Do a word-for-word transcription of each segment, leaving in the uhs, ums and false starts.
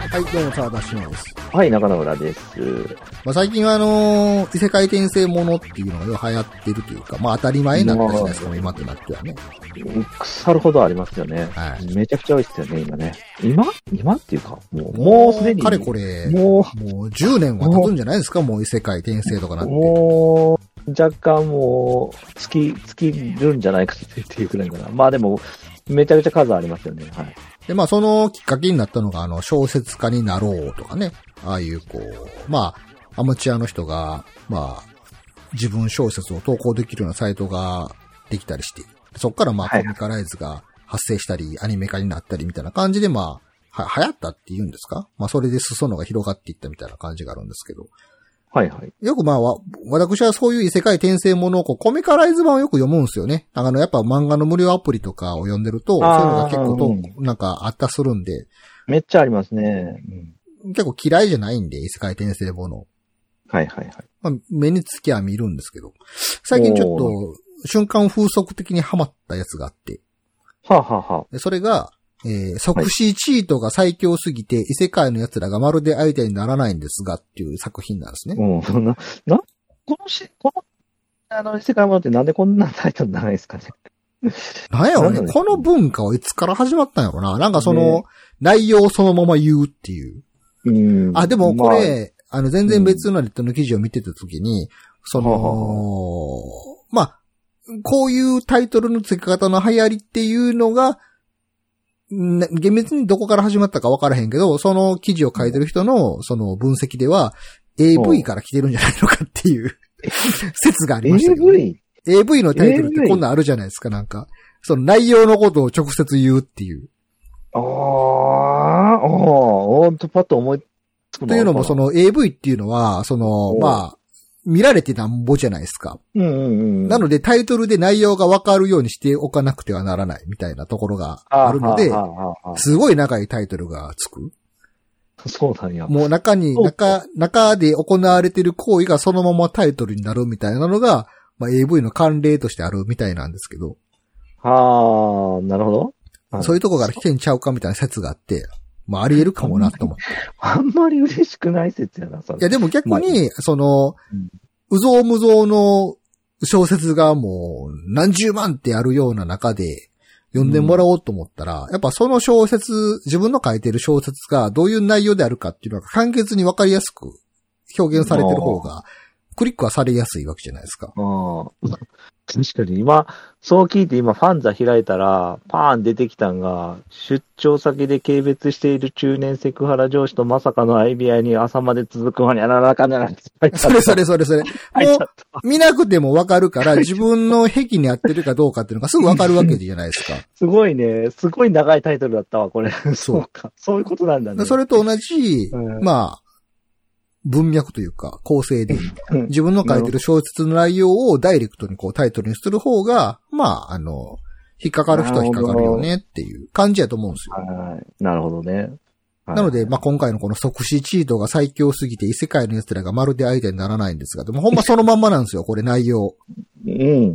はい、どうも、沢田志乃です。 はい、中野浦です。 まあ、最近はあのー、異世界転生ものっていうのがよく流行ってるというか、まあ当たり前になったじゃないですか、今となってはね。 腐るほどありますよね。はい。めちゃくちゃ多いですよね、今ね。今今っていうか、もう、もうすでに。 かれこれ、もう、もうじゅうねんは経つんじゃないですか、もう異世界転生とかなって。 もう、若干もう、尽き、尽きるんじゃないかっていうくらいかな。まあでも、めちゃくちゃ数ありますよね。はい。 で、まあそのきっかけになったのが、あの、小説家になろうとかね。ああいう、こう、まあ、アマチュアの人が、まあ、自分小説を投稿できるようなサイトができたりして、そっからまあ、コミカライズが発生したり、アニメ化になったりみたいな感じで、まあ、は、流行ったっていうんですか？まあ、それで裾野が広がっていったみたいな感じがあるんですけど。 はいはい。 よくまあ、わ、私はそういう異世界転生ものをこうコミカライズ版をよく読むんですよね。あの、やっぱ漫画の無料アプリとかを読んでると、そういうのが結構と、うん、なんかあったするんで。 めっちゃありますね。 うん、結構嫌いじゃないんで、異世界転生もの。 はいはいはい。 まあ、目につきは見るんですけど。最近ちょっと、瞬間風速的にハマったやつがあって。 はあ、はあはあ、 それが、えー、即死チートが最強すぎて、異世界の奴らがまるで相手にならないんですがっていう作品なんですね。 うん、な、な、このし、この、あの、異世界ものってなんでこんなタイトルないですかね。 なんやろね、この文化はいつから始まったんやろな。なんかその、ね、内容をそのまま言うっていう。 うん。 あ、でもこれ、まあ、あの、全然別のネットの記事を見てたときに、うん、その、まあ、こういうタイトルの付け方の流行りっていうのが、厳密にどこから始まったか分からへんけど、その記事を書いてる人のその分析では エーブイ から来てるんじゃないのかっていう説がありましたけど、ね。エーブイ? エーブイ のタイトルってこんなんあるじゃないですか、なんか。その内容のことを直接言うっていう。 ああ、ああ、ほんとパッと思いつくの。 というのもその エーブイ っていうのは、その、まあ、見られてなんぼじゃないですか。 うんうんうん。 なのでタイトルで内容がわかるようにしておかなくてはならないみたいなところがあるので、すごい長いタイトルがつく。 そうなんや。 もう中に、中、中で行われている行為がそのままタイトルになるみたいなのが、まあ、エーブイ の慣例としてあるみたいなんですけど。 はあ、なるほど。 はい、そういうとこから来てんちゃうかみたいな説があって、まああり得るかもなと思って。 あんまり嬉しくない説やな、それ。 いやでも逆に、その、うぞうむぞうの小説がもう何十万ってあるような中で読んでもらおうと思ったら、うん、やっぱその小説、自分の書いてる小説がどういう内容であるかっていうのが簡潔にわかりやすく表現されてる方が、クリックはされやすいわけじゃないですか。 あ確かに今、そう聞いて今ファンザ開いたら、パーン出てきたんが、出張先で軽蔑している中年セクハラ上司とまさかの相部屋に朝まで続くほにゃららかならそれそれそれそれ。もう、見なくてもわかるから、自分の癖に合ってるかどうかっていうのがすぐわかるわけじゃないですか。 すごいね。すごい長いタイトルだったわ、これ。そうか。そういうことなんだね。 それと同じ、うん、まあ、文脈というか、構成で、自分の書いてる小説の内容をダイレクトにこうタイトルにする方が、まあ、あの、引っかかる人は引っかかるよねっていう感じやと思うんですよ。 はい。なるほどね。 はい、なので、まあ今回のこの即死チートが最強すぎて異世界の奴らがまるで相手にならないんですが、でもほんまそのまんまなんですよ、これ内容。 うん。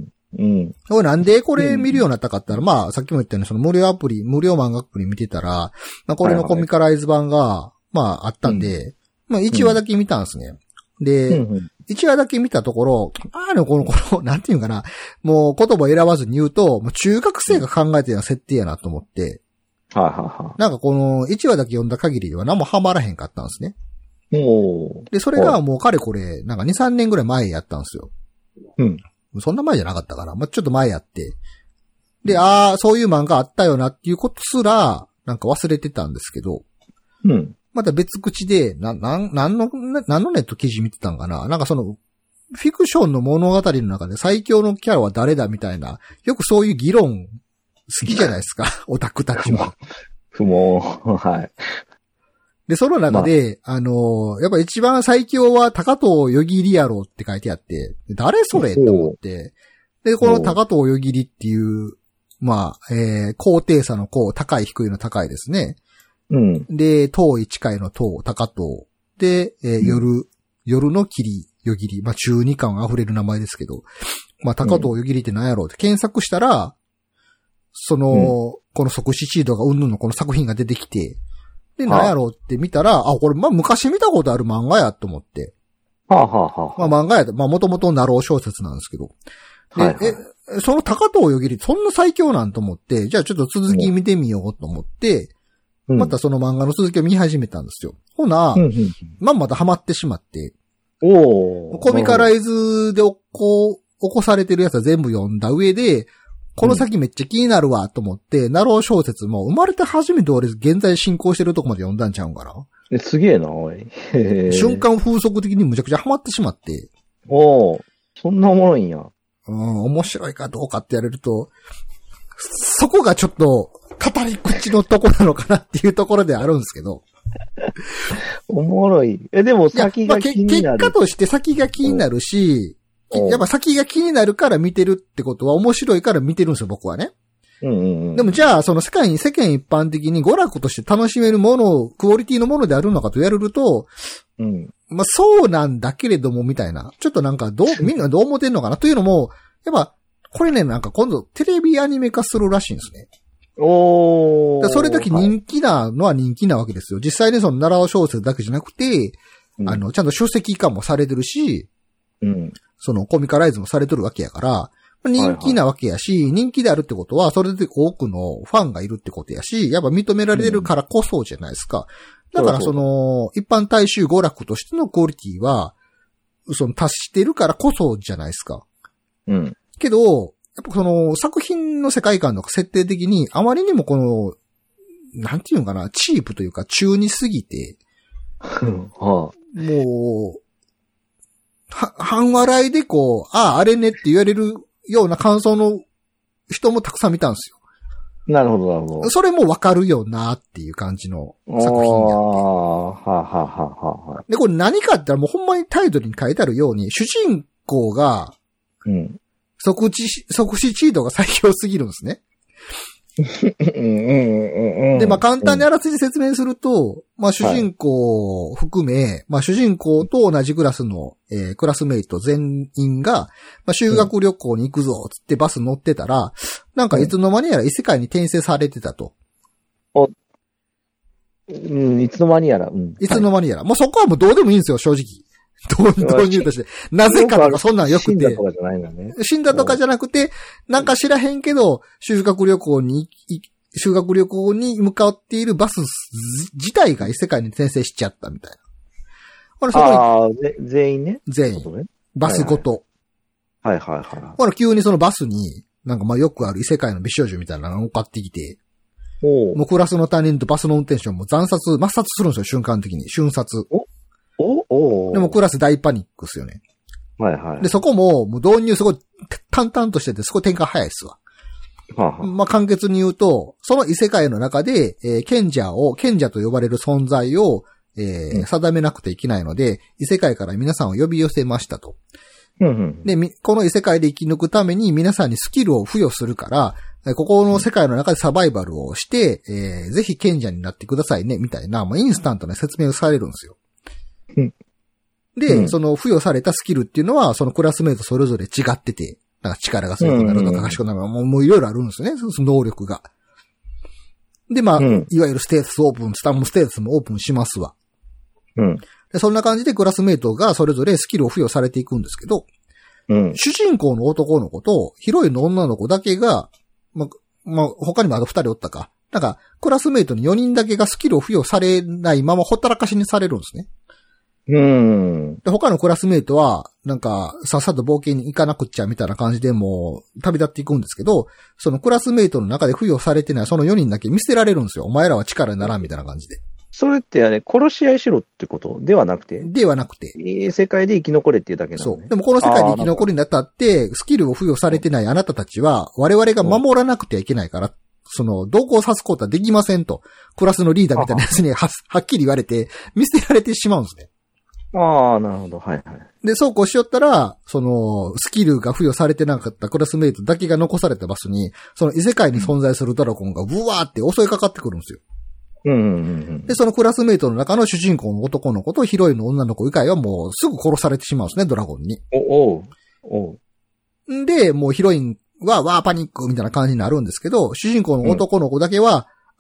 うん。 これなんでこれ見るようになったかって言ったら、まあさっきも言ったようにその無料アプリ、無料漫画アプリ見てたら、まあこれのコミカライズ版が、まああったんで、うん、まあいちわだけ見たんですね。で、うんうん、いちわだけ見たところ、あの、この、この、なんていうかな、もう言葉を選ばずに言うと、もう中学生が考えてるような設定やなと思って、 はいはいはい。 なんかこのいちわだけ読んだ限りでは何もハマらへんかったんですね。 おで、それがもうかれこれ、なんかに、さんねんぐらい前やったんですよ。 うん。 そんな前じゃなかったかな。まあ、ちょっと前やって。で、ああ、そういう漫画あったよなっていうことすら、なんか忘れてたんですけど、 うん。 また別口で、な、なん、なんの、なんのネット記事見てたんかななんかその、フィクションの物語の中で最強のキャラは誰だみたいな、よくそういう議論好きじゃないですか、オタクたちは。 不毛、はい。 で、その中で、まあ、あの、やっぱ一番最強は高藤よぎりやろって書いてあって、誰それと思って、で、この高藤よぎりっていう、まあ、えー、高低差の高、高い低いの高いですね。 うん。 で、遠い近いの遠、高遠。で、えーうん、夜、夜の霧、よぎり。まあ、中二感溢れる名前ですけど。まあ、高遠よぎりって何やろうって検索したら、その、うん、この即死シードがうんぬんのこの作品が出てきて、 で、何やろうって見たら、あ、これ、まあ、昔見たことある漫画やと思って。 はあ、はあはあ、 まあ、漫画やと、まあ、もともとナロー小説なんですけど。で、はいはい、え、その高藤よぎり、そんな最強なんと思って、じゃあちょっと続き見てみようと思って、うん、またその漫画の続きを見始めたんですよ。ほな、うんうんうん、まあ、またハマってしまって、おコミカライズでこう、起こされてるやつは全部読んだ上で、この先めっちゃ気になるわと思って、うん、ナロー小説も生まれて初めて俺現在進行してるとこまで読んだんちゃうんかな。 え、すげえな、おい。 瞬間風速的にむちゃくちゃハマってしまって。 おー、そんなおもろいんや。 うん、面白いかどうかって言われると、そこがちょっと語り口のとこなのかなっていうところであるんですけど。 おもろい。え、でも先が気になる。 まあ、結果として先が気になるし、やっぱ先が気になるから見てるってことは面白いから見てるんですよ、僕はね。 うんうんうん、 でもじゃあ、その世界に世間一般的に娯楽として楽しめるもの、クオリティのものであるのかと言われると、うん、まあそうなんだけれどもみたいな。ちょっとなんかどう、みんなどう思ってんのかなというのも、やっぱ、これね、なんか今度テレビアニメ化するらしいんですね。 おー。 それだけ人気なのは人気なわけですよ。実際にその奈良小説だけじゃなくて、うん、あの、ちゃんと書籍化もされてるし、うん、そのコミカライズもされてるわけやから、人気なわけやし、はいはい、人気であるってことは、それで多くのファンがいるってことやし、やっぱ認められるからこそじゃないですか。うん、だからその、一般大衆娯楽としてのクオリティは、その達してるからこそじゃないですか。うん。けど、やっぱその作品の世界観の設定的に、あまりにもこの、なんていうのかな、チープというか中にすぎて、はあ、もう、は、半笑いでこう、ああ、あれねって言われるような感想の人もたくさん見たんですよ。 なるほど、なるほど。 それもわかるよなっていう感じの作品であって。ああ、はあ、はあ、はあ、はあ。 で、これ何かって言ったらもうほんまにタイトルに書いてあるように、主人公が、うん。即死、即死チートが最強すぎるんですね。で、まあ簡単にあらすじ説明すると、まあ主人公を含め、はい、まあ主人公と同じクラスの、えー、クラスメイト全員が、まあ修学旅行に行くぞ、つってバス乗ってたら、なんかいつの間にやら異世界に転生されてたと。 お、うん、いつの間にやら。うん、 いつの間にやら。はい、もうそこはもうどうでもいいんですよ、正直。導入として。なぜかとかそんなんよくて。死んだとかじゃないのね。 死んだとかじゃなくて、なんか知らへんけど、修学旅行に、修学旅行に向かっているバス自体が異世界に転生しちゃったみたいな。 ほらそこにああ、全員ね。 全員。ね、バスごと。 はいはいはい。はい、 ほら急にそのバスに、なんかまあよくある異世界の美少女みたいなのが乗っかってきて、おもうクラスの他人とバスの運転手をもう惨殺、抹殺するんですよ、瞬間的に。瞬殺。おおおでもクラス大パニックっすよね。 はいはい。 で、そこも、もう導入すごい淡々としてて、すごい展開早いっすわ。はあはあ、まあ、簡潔に言うと、その異世界の中で、えー、賢者を、賢者と呼ばれる存在を、えーうん、定めなくていけないので、異世界から皆さんを呼び寄せましたと。うんうん、で、この異世界で生き抜くために皆さんにスキルを付与するから、ここの世界の中でサバイバルをして、えー、ぜひ賢者になってくださいね、みたいな、まあ、インスタントな説明をされるんですよ。で、うん、その付与されたスキルっていうのは、そのクラスメイトそれぞれ違ってて、なんか力が強くなるとか賢くなるとか、もう、もういろいろあるんですよね、その能力が。で、まあ、うん、いわゆるステータスオープン、スタムステータスもオープンしますわ。うん。で、そんな感じでクラスメイトがそれぞれスキルを付与されていくんですけど、うん、主人公の男の子とヒロインの女の子だけが、まあ、まあ、他にもあと二人おったか。なんか、クラスメイトによにんだけがスキルを付与されないままほったらかしにされるんですね。うん。で、他のクラスメイトは、なんか、さっさと冒険に行かなくっちゃみたいな感じでもう旅立っていくんですけど、そのクラスメイトの中で付与されてないそのよにんだけ見捨てられるんですよ。お前らは力にならんみたいな感じで。 それってあれ、殺し合いしろってことではなくてではなくて。 世界で生き残れっていうだけなのね。 そう。でもこの世界で生き残りにあたって、スキルを付与されてないあなたたちは、我々が守らなくてはいけないから、その、同行さすことはできませんと、クラスのリーダーみたいなやつには、はっきり言われて、見捨てられてしまうんですね。 ああ、なるほど。はいはい。 で、そうこうしよったら、その、スキルが付与されてなかったクラスメイトだけが残された場所に、その異世界に存在するドラゴンがブワーって襲いかかってくるんですよ。うんうんうん、で、そのクラスメイトの中の主人公の男の子とヒロインの女の子以外はもうすぐ殺されてしまうんですね、ドラゴンに。おおおんで、もうヒロインはワーパニックみたいな感じになるんですけど、主人公の男の子だけは、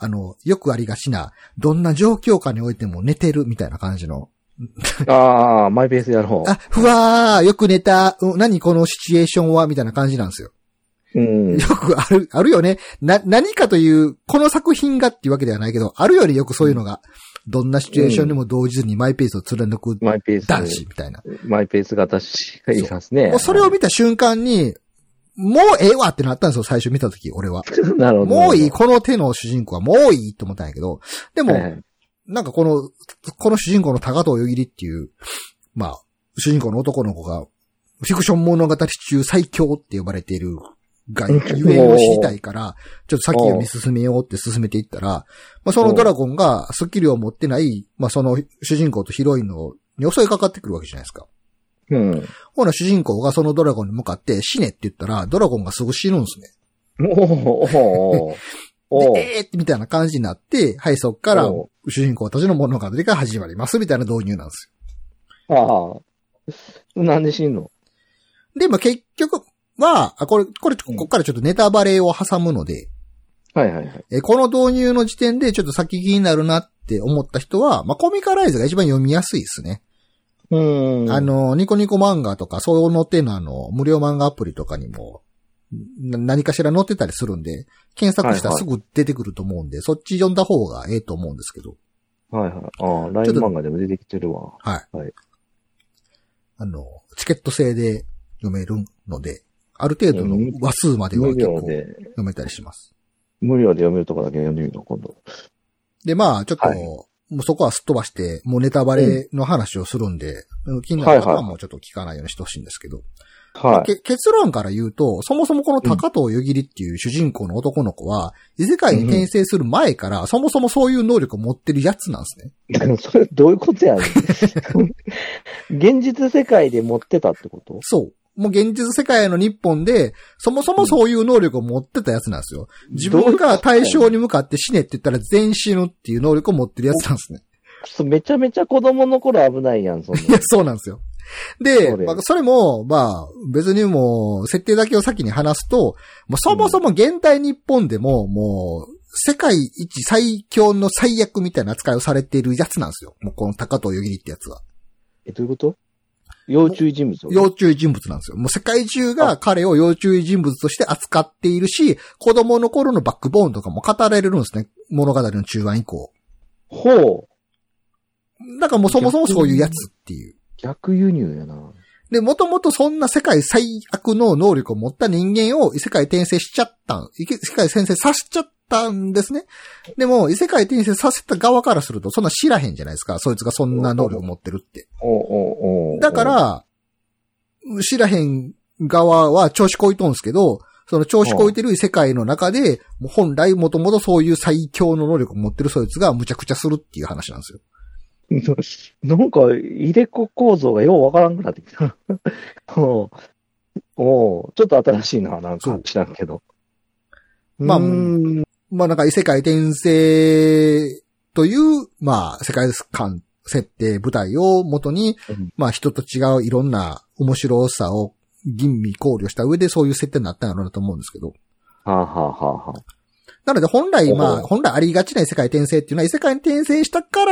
あの、よくありがちな、どんな状況下においても寝てるみたいな感じの。 ああ、マイペースやろう。 あ、ふわー、よく寝た、うん、何このシチュエーションはみたいな感じなんですよ。 うん。 よくある、あるよね。な、何かという、この作品がっていうわけではないけど、あるよりよくそういうのが、どんなシチュエーションでも動じずにマイペースを貫くマイペース。 男子みたいな。 マイペース型しがいますね。 もうそれを見た瞬間に、もうええわってなったんですよ、最初見たとき、俺は。 なるほど。 もういい、この手の主人公はもういいと思ったんやけど、でも、はいはい、なんかこの、この主人公の高藤よぎりっていう、まあ、主人公の男の子が、フィクション物語中最強って呼ばれているが、ゆえんを知りたいから、ちょっと先読み進めようって進めていったら、まあそのドラゴンがスキルを持ってない、まあその主人公とヒロインのに襲いかかってくるわけじゃないですか。 うん。 ほな主人公がそのドラゴンに向かって死ねって言ったら、ドラゴンがすぐ死ぬんですね。 おーおーおーで、えーってみたいな感じになって、はい、そっから主人公たちの物語が始まりますみたいな導入なんですよ。ああ。なんで死んの？ で、まあ結局は、あ、これ、これ、ここからちょっとネタバレを挟むので、 はいはいはい。 えこの導入の時点でちょっと先気になるなって思った人は、まあコミカライズが一番読みやすいですね。 うん。 あの、ニコニコ漫画とか、そうの手のあの、無料漫画アプリとかにも、何かしら載ってたりするんで、検索したらすぐ出てくると思うんで、はいはい、そっち読んだ方がええと思うんですけど。 はいはい。ああ、ライン漫画でも出てきてるわ。 はい。 はい。 あの、チケット制で読めるので、ある程度の話数までは結構読めたりします。 無料で読めるとこだけ読んでみるの、今度。 で、まあ、ちょっと、はい、もうそこはすっ飛ばして、もうネタバレの話をするんで、うん、気になる方はもうちょっと聞かないようにしてほしいんですけど。はい。結論から言うと、そもそもこの高藤よぎりっていう主人公の男の子は、異世界に転生する前から、うん、そもそもそういう能力を持ってるやつなんですね。それどういうことやねん。現実世界で持ってたってこと？ そう。もう現実世界の日本で、そもそもそういう能力を持ってたやつなんですよ。自分が対象に向かって死ねって言ったら全死ぬっていう能力を持ってるやつなんですね。 めちゃめちゃ子供の頃危ないやん、そんな。 いや、そうなんですよ。で、それ,、まあ、それも、まあ、別にもう、設定だけを先に話すと、もうそもそも現代日本でも、もう、世界一最強の最悪みたいな扱いをされているやつなんですよ。もうこの高藤よぎりってやつは。 え、どういうこと？要注意人物？ 要注意人物なんですよ。もう世界中が彼を要注意人物として扱っているし、子供の頃のバックボーンとかも語られるんですね。物語の中盤以降。 ほう。 だからもうそもそもそういうやつっていう。 逆輸入やな。 で、もともとそんな世界最悪の能力を持った人間を異世界転生しちゃったん。異世界転生させちゃったんですね。でも、異世界転生させた側からすると、そんな知らへんじゃないですか。そいつがそんな能力を持ってるって。 おうおうおう。 だから、知らへん側は調子こいとんすけど、その調子こいてる異世界の中で、もう本来もともとそういう最強の能力を持ってるそいつがむちゃくちゃするっていう話なんですよ。 なんか、入れ子構造がようわからんくなってきた。おおちょっと新しいな、なんか知らんけど。 まあ、まあなんか異世界転生という、まあ世界観、設定、舞台を元に、うん、まあ人と違ういろんな面白さを吟味考慮した上でそういう設定になったんやろうなと思うんですけど。 はあ、はあははあ、 なので本来、まあ本来ありがちな異世界転生っていうのは異世界に転生したから、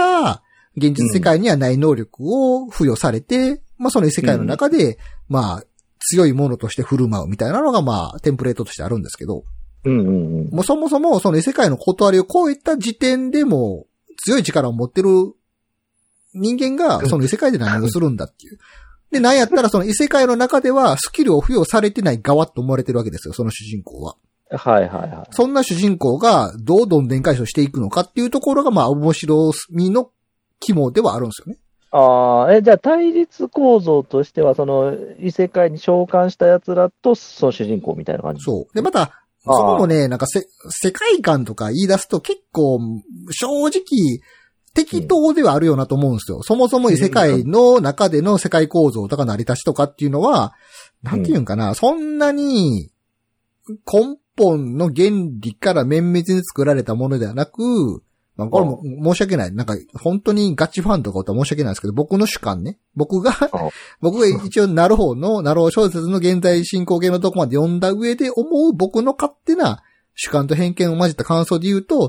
現実世界にはない能力を付与されて、うん、まあその異世界の中で、うん、まあ強いものとして振る舞うみたいなのがまあテンプレートとしてあるんですけど、 うんうんうん、 もうそもそもその異世界の断りを超えた時点でも強い力を持ってる人間がその異世界で何をするんだっていう。で、なんやったらその異世界の中ではスキルを付与されてない側と思われてるわけですよ、その主人公は。 はいはいはい。 そんな主人公がどうどんでん解消していくのかっていうところがまあ面白みの肝ではあるんですよね。 ああ、え、じゃあ対立構造としては、その異世界に召喚した奴らとその主人公みたいな感じ。 そう。で、また、そこもね、なんかせ、世界観とか言い出すと結構、正直、適当ではあるよなと思うんですよ。うん、そもそも異世界の中での世界構造とか成り立ちとかっていうのは、なんていうんかな、うん、そんなに根本の原理から綿密に作られたものではなく、まあ、これも申し訳ない。なんか、本当にガチファンとかとは申し訳ないですけど、僕の主観ね。僕が、僕が一応なる方の、なる方小説の現在進行形のとこまで読んだ上で思う僕の勝手な主観と偏見を混じった感想で言うと、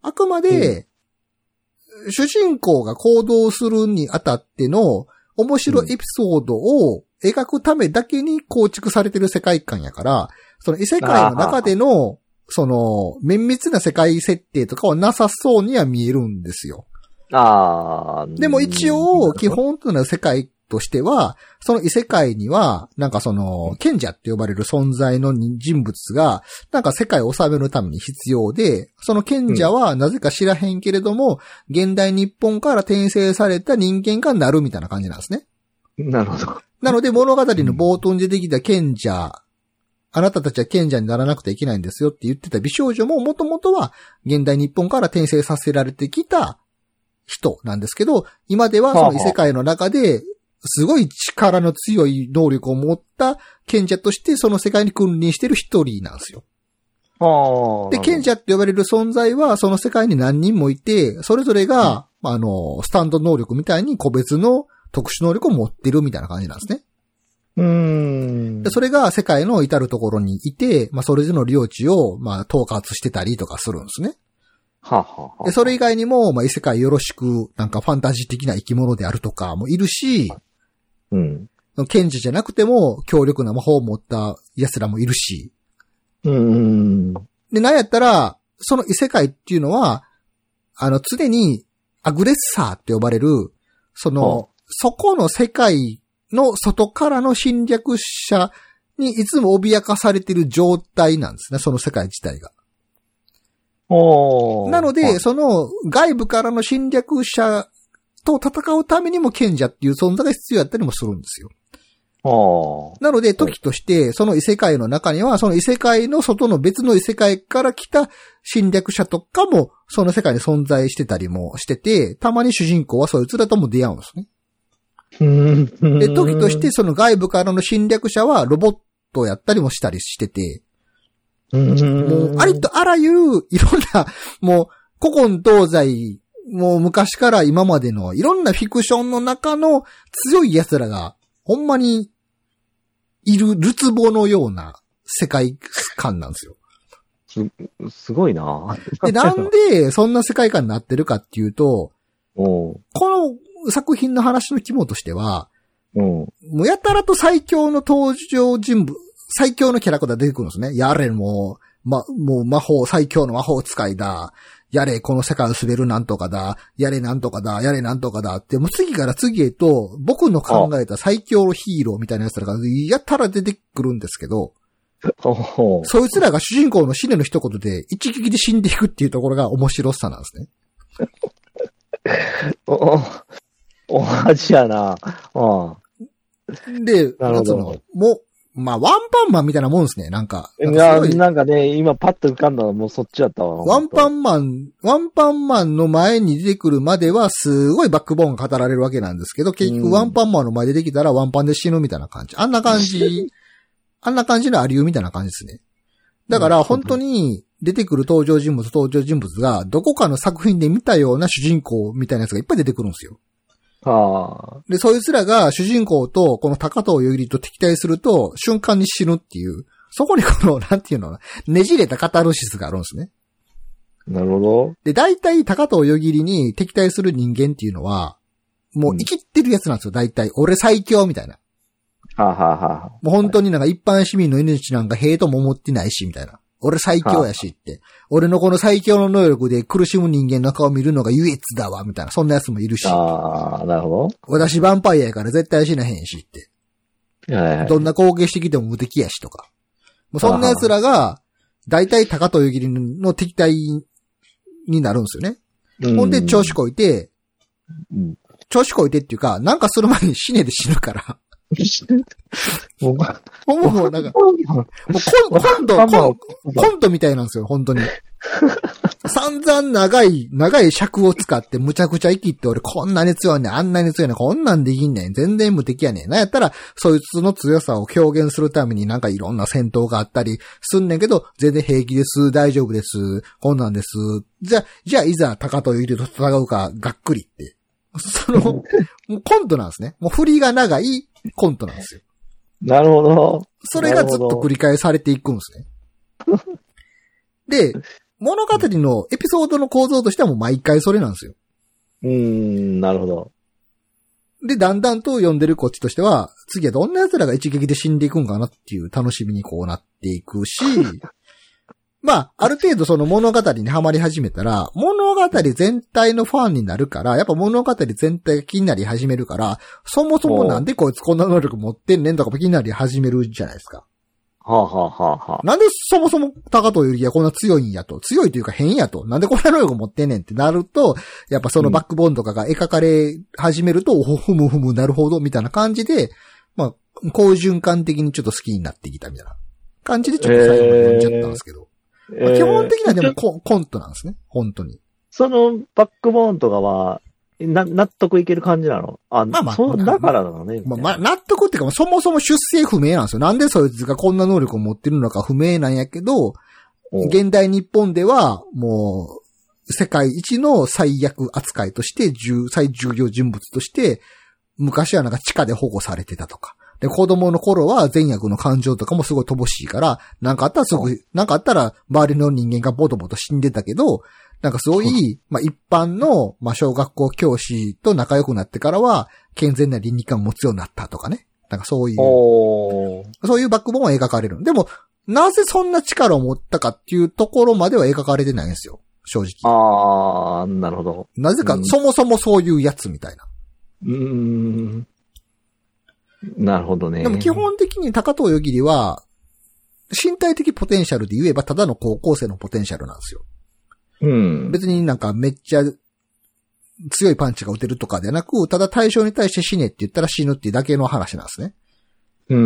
あくまで、うん、主人公が行動するにあたっての面白いエピソードを描くためだけに構築されてる世界観やから、その異世界の中での、その、綿密な世界設定とかはなさそうには見えるんですよ。 ああ。 でも一応、基本となる世界としては、その異世界には、なんかその、賢者って呼ばれる存在の人物が、なんか世界を治めるために必要で、その賢者はなぜか知らへんけれども、うん、現代日本から転生された人間がなるみたいな感じなんですね。 なるほど。 なので物語の冒頭に出てきた賢者、あなたたちは賢者にならなくてはいけないんですよって言ってた美少女ももともとは現代日本から転生させられてきた人なんですけど、今ではその異世界の中ですごい力の強い能力を持った賢者としてその世界に君臨してる一人なんですよ。で、賢者って呼ばれる存在はその世界に何人もいて、それぞれが、うん、あの、スタンド能力みたいに個別の特殊能力を持ってるみたいな感じなんですね。 うーん。 でそれが世界の至るところにいて、まあ、それぞれの領地を、まあ、統括してたりとかするんですね。 ははは。 で、それ以外にも、まあ、異世界よろしく、なんかファンタジー的な生き物であるとかもいるし、 うん。 賢者じゃなくても、強力な魔法を持った奴らもいるし。 うん。 で、なんやったら、その異世界っていうのは、あの、常にアグレッサーって呼ばれる、その、そこの世界の外からの侵略者にいつも脅かされている状態なんですね、その世界自体が。 おー。 なので、その外部からの侵略者と戦うためにも賢者っていう存在が必要やったりもするんですよ。 おー。 なので、時として、その異世界の中には、その異世界の外の別の異世界から来た侵略者とかも、その世界に存在してたりもしてて、たまに主人公はそいつらとも出会うんですね。で、時としてその外部からの侵略者はロボットやったりもしたりしてて、もうありとあらゆるいろんな、もう古今東西、もう昔から今までのいろんなフィクションの中の強い奴らがほんまにいるるつぼのような世界観なんですよ。 す、すごいな。 で、なんでそんな世界観になってるかっていうと、 おこの作品の話の肝としては、 うん、 もうやたらと最強の登場人物、最強のキャラクター出てくるんですね。やれもう、ま、もう魔法、最強の魔法使いだ。やれこの世界を滑るなんとかだ。やれなんとかだ。やれなんとかだって、もう次から次へと僕の考えた最強ヒーローみたいなやつらがやたら出てくるんですけど、そいつらが主人公の死ねの一言で一撃で死んでいくっていうところが面白さなんですね。 おお味やな。 で、 なるほど。 もう、まあ、ワンパンマンみたいなもんですね、なんか。 いや、なんかね、今パッと浮かんだのはもうそっちだったわ。 ワンパンマン、ワンパンマンの前に出てくるまではすごいバックボーンが語られるわけなんですけど、結局ワンパンマンの前で出てきたらワンパンで死ぬみたいな感じ。あんな感じ、あんな感じのありゆうみたいな感じですね。だから本当に出てくる登場人物、登場人物がどこかの作品で見たような主人公みたいなやつがいっぱい出てくるんですよ。 はあ。 で、そいつらが主人公とこの高藤よぎりと敵対すると瞬間に死ぬっていう、そこにこの、なんていうの、ねじれたカタルシスがあるんですね。 なるほど。 で、大体高藤よぎりに敵対する人間っていうのは、もう生きってるやつなんですよ、大体。俺最強みたいな。 はあ、はあはあ、 もう本当になんか一般市民の命なんか兵とも思ってないし、みたいな。俺最強やしって。はあ、俺のこの最強の能力で苦しむ人間の顔を見るのが優越だわ、みたいな。そんなやつもいるし。 ああ、なるほど。 私ヴァンパイアやから絶対死なへんしって。 はいはい、 どんな攻撃してきても無敵やしとか。もうそんな奴らが、大体高藤よぎりの敵対になるんですよね。うん、ほんで調子こいて、うん、調子こいてっていうか、なんかする前に死ねで死ぬから。もう、もうなんか、もうコン、コント、コン、コントみたいなんですよ、本当に。散々長い、長い尺を使ってむちゃくちゃ生きって俺こんなに強いねん、あんなに強いねん、こんなんできんねん、全然無敵やねん。なんやったら、そいつの強さを表現するためになんかいろんな戦闘があったりすんねんけど、全然平気です、大丈夫です、こんなんです。じゃあ、じゃあいざ高藤ゆりと戦うか、がっくりって。その、もうコントなんですね。もう振りが長いコントなんですよ。 なるほど。 それがずっと繰り返されていくんですね。で、 物語のエピソードの構造としてはもう毎回それなんですよ。 うーん、なるほど。 で、だんだんと読んでるこっちとしては、次はどんな奴らが一撃で死んでいくんかなっていう楽しみにこうなっていくし、まあ、ある程度その物語にはまり始めたら、物語全体のファンになるから、やっぱ物語全体が気になり始めるから、そもそもなんでこいつこんな能力持ってんねんとかも気になり始めるじゃないですか。 はあ、はあはあはあ、 なんでそもそも高藤ゆりがこんな強いんやと、強いというか変やと、なんでこんな能力持ってんねんってなると、やっぱそのバックボーンとかが描かれ始めると、うん、ふむふむなるほどみたいな感じで、まあ、こう循環的にちょっと好きになってきたみたいな感じでちょっと最後まで読んじゃったんですけど。えーまあ、基本的にはでもココントなんですね、本当に。 そのバックボーンとかは、な、納得いける感じなの？あ、まあまあ。そう、だからなのね。 まあまあ、納得っていうか、そもそも出生不明なんですよ。なんでそいつがこんな能力を持ってるのか不明なんやけど、現代日本では、もう、世界一の最悪扱いとして、重、最重要人物として、昔はなんか地下で保護されてたとか。で、子供の頃は善悪の感情とかもすごい乏しいから、なんかあったらすぐ、なんかあったら周りの人間がボトボト死んでたけど、なんかすごい、まあ一般の、まあ小学校教師と仲良くなってからは、健全な倫理観を持つようになったとかね。なんかそういう、そういうバックボーンは描かれる。でも、なぜそんな力を持ったかっていうところまでは描かれてないんですよ。正直。 ああ、なるほど。 なぜか、うん、そもそもそういうやつみたいな。 うーん。なるほどね。 でも基本的に高藤よぎりは、身体的ポテンシャルで言えばただの高校生のポテンシャルなんですよ。 うん。 別になんかめっちゃ強いパンチが打てるとかではなく、ただ対象に対して死ねって言ったら死ぬっていうだけの話なんですね。 うん。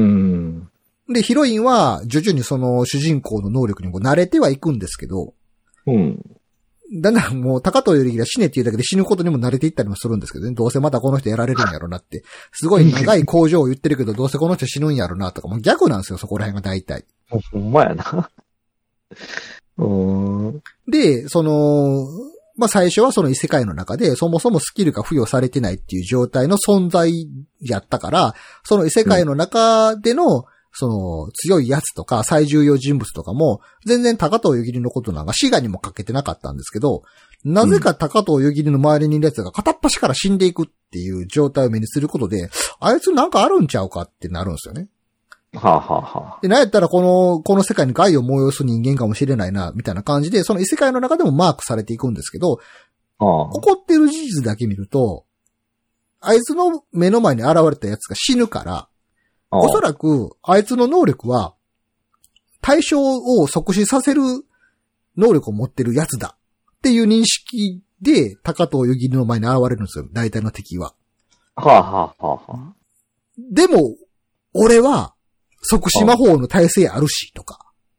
で、ヒロインは徐々にその主人公の能力にも慣れてはいくんですけど、 うん。 だんだんもう高藤よりが死ねっていうだけで死ぬことにも慣れていったりもするんですけどね。どうせまたこの人やられるんやろなって。すごい長い工場を言ってるけど、どうせこの人死ぬんやろなとか、もう逆なんですよ、そこら辺が大体。 ほんまやな。うーん。 で、その、まあ、最初はその異世界の中で、そもそもスキルが付与されてないっていう状態の存在やったから、その異世界の中での、その、強いやつとか、最重要人物とかも、全然高藤よぎりのことなんか、滋賀にもかけてなかったんですけど、なぜか高藤よぎりの周りにいるやつが片っ端から死んでいくっていう状態を目にすることで、あいつなんかあるんちゃうかってなるんですよね。 はあ、はあはあ、 で、なんやったらこの、この世界に害を催す人間かもしれないな、みたいな感じで、その異世界の中でもマークされていくんですけど、 はあ、 起こっている事実だけ見ると、あいつの目の前に現れたやつが死ぬから、おそらく、あいつの能力は、対象を即死させる能力を持ってるやつだっていう認識で、高藤よぎりの前に現れるんですよ、大体の敵は。 はあ、はあはあ、 でも、俺は、即死魔法の耐性あるし、とか。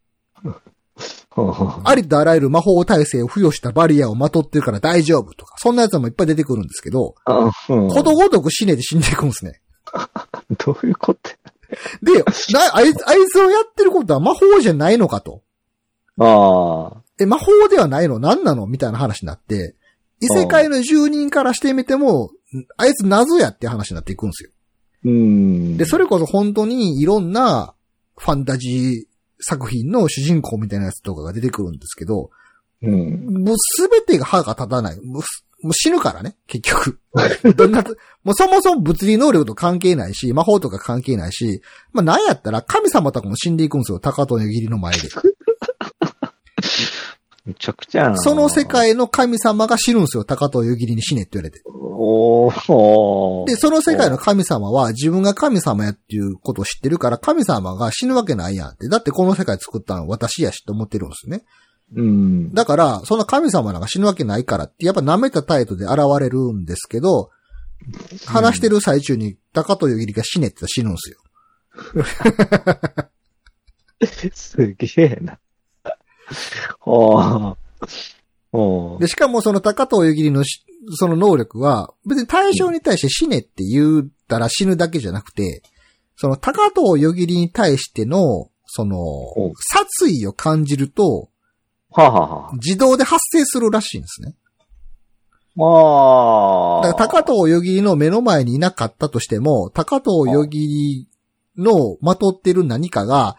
ありとあらゆる魔法耐性を付与したバリアをまとってるから大丈夫とか、そんなやつもいっぱい出てくるんですけど、ことごとく死ねで死んでいくんですね。 どういうことで、な、あいつ、あいつをやってることは魔法じゃないのかと。 ああ。 え、魔法ではないの？何なの？みたいな話になって、異世界の住人からしてみても、あいつ謎やって話になっていくんですよ。 うん。 で、それこそ本当にいろんなファンタジー作品の主人公みたいなやつとかが出てくるんですけど、 うん、 もうすべてが歯が立たない。もうもう死ぬからね、結局。どんな、もうそもそも物理能力と関係ないし、魔法とか関係ないし、まあなんやったら神様とかも死んでいくんですよ、高藤よぎりの前で。 めちゃくちゃやな。 その世界の神様が死ぬんですよ、高藤よぎりに死ねって言われて。 おー。 で、その世界の神様は自分が神様やっていうことを知ってるから、神様が死ぬわけないやんって。だってこの世界作ったの私やしと思ってるんですね。 うん。 だから、その神様なんか死ぬわけないからって、やっぱ舐めた態度で現れるんですけど、話してる最中に高藤よぎりが死ねって言ったら死ぬんですよ。 すげえな。はあ。 で、しかもその高藤よぎりのその能力は、別に対象に対して死ねって言ったら死ぬだけじゃなくて、その高藤よぎりに対しての、その、殺意を感じると、 はあはあ、 自動で発生するらしいんですね。 ああ。 だから高藤よぎりの目の前にいなかったとしても、高藤よぎりのまとってる何かが、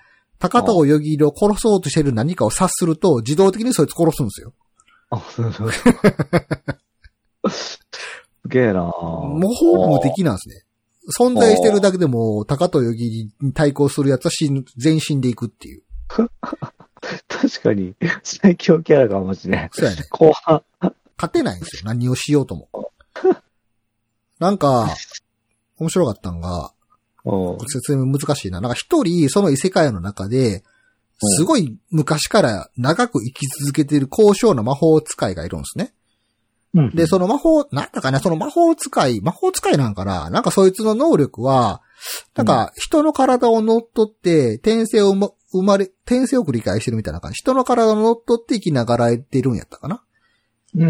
高藤よぎりを殺そうとしている何かを察すると、自動的にそいつ殺すんですよ。 あ、そうそう。すげえな模倣無敵なんですね。存在してるだけでも、高藤よぎりに対抗するやつは死ぬ、全身でいくっていう。 確かに、最強キャラかもしれない。 そうやね。 後半。 勝てないんですよ。何をしようとも。なんか、面白かったのが、説明難しいな。なんか一人、その異世界の中で、すごい昔から長く生き続けている高尚な魔法使いがいるんですね。うん、で、その魔法、なんだかな、その魔法使い、魔法使いなんかな、なんかそいつの能力は、なんか人の体を乗っ取って、転生を生まれ、転生を繰り返してるみたいな感じ。人の体を乗っ取って生きながらえてるんやったかな。 うん、